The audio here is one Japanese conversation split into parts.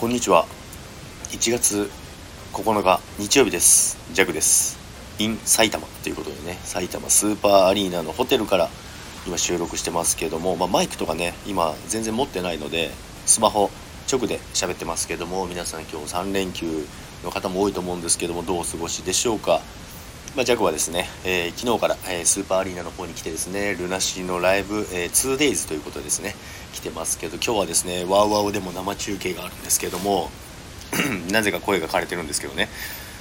こんにちは。1月9日日曜日です。ジャグです。in 埼玉ということでね、埼玉スーパーアリーナのホテルから今収録してますけども、マイクとかね今全然持ってないのでスマホ直で喋ってますけども、皆さん今日3連休の方も多いと思うんですけども、どうお過ごしでしょうか。ジャグはですね、昨日から、スーパーアリーナの方に来てですね、ルナシーのライブ、2days ということでですね来てますけど、今日はですねワウワウでも生中継があるんですけどもなぜか声が枯れてるんですけどね、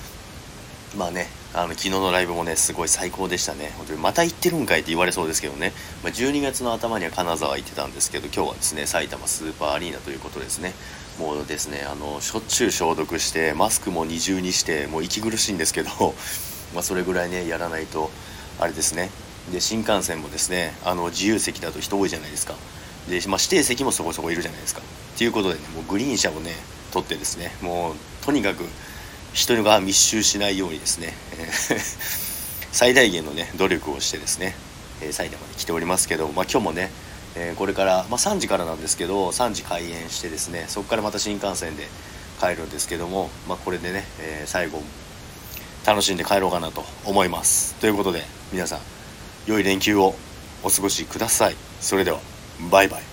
昨日のライブもねすごい最高でしたね。本当にまた行ってるんかいって言われそうですけどね、12月の頭には金沢行ってたんですけど、今日はですね埼玉スーパーアリーナということですね。もうですねしょっちゅう消毒してマスクも二重にしてもう息苦しいんですけどそれぐらいねやらないとあれですね。で新幹線もですね自由席だと人多いじゃないですか。で、指定席もそこそこいるじゃないですか。ということでね、もうグリーン車をね取ってですね、もうとにかく人が密集しないようにですね、最大限のね努力をしてですね、埼玉に来ておりますけど、今日もね、これから、3時からなんですけど3時開園してですね、そこからまた新幹線で帰るんですけども、これでね、最後楽しんで帰ろうかなと思います。ということで皆さん良い連休をお過ごしください。それではバイバイ。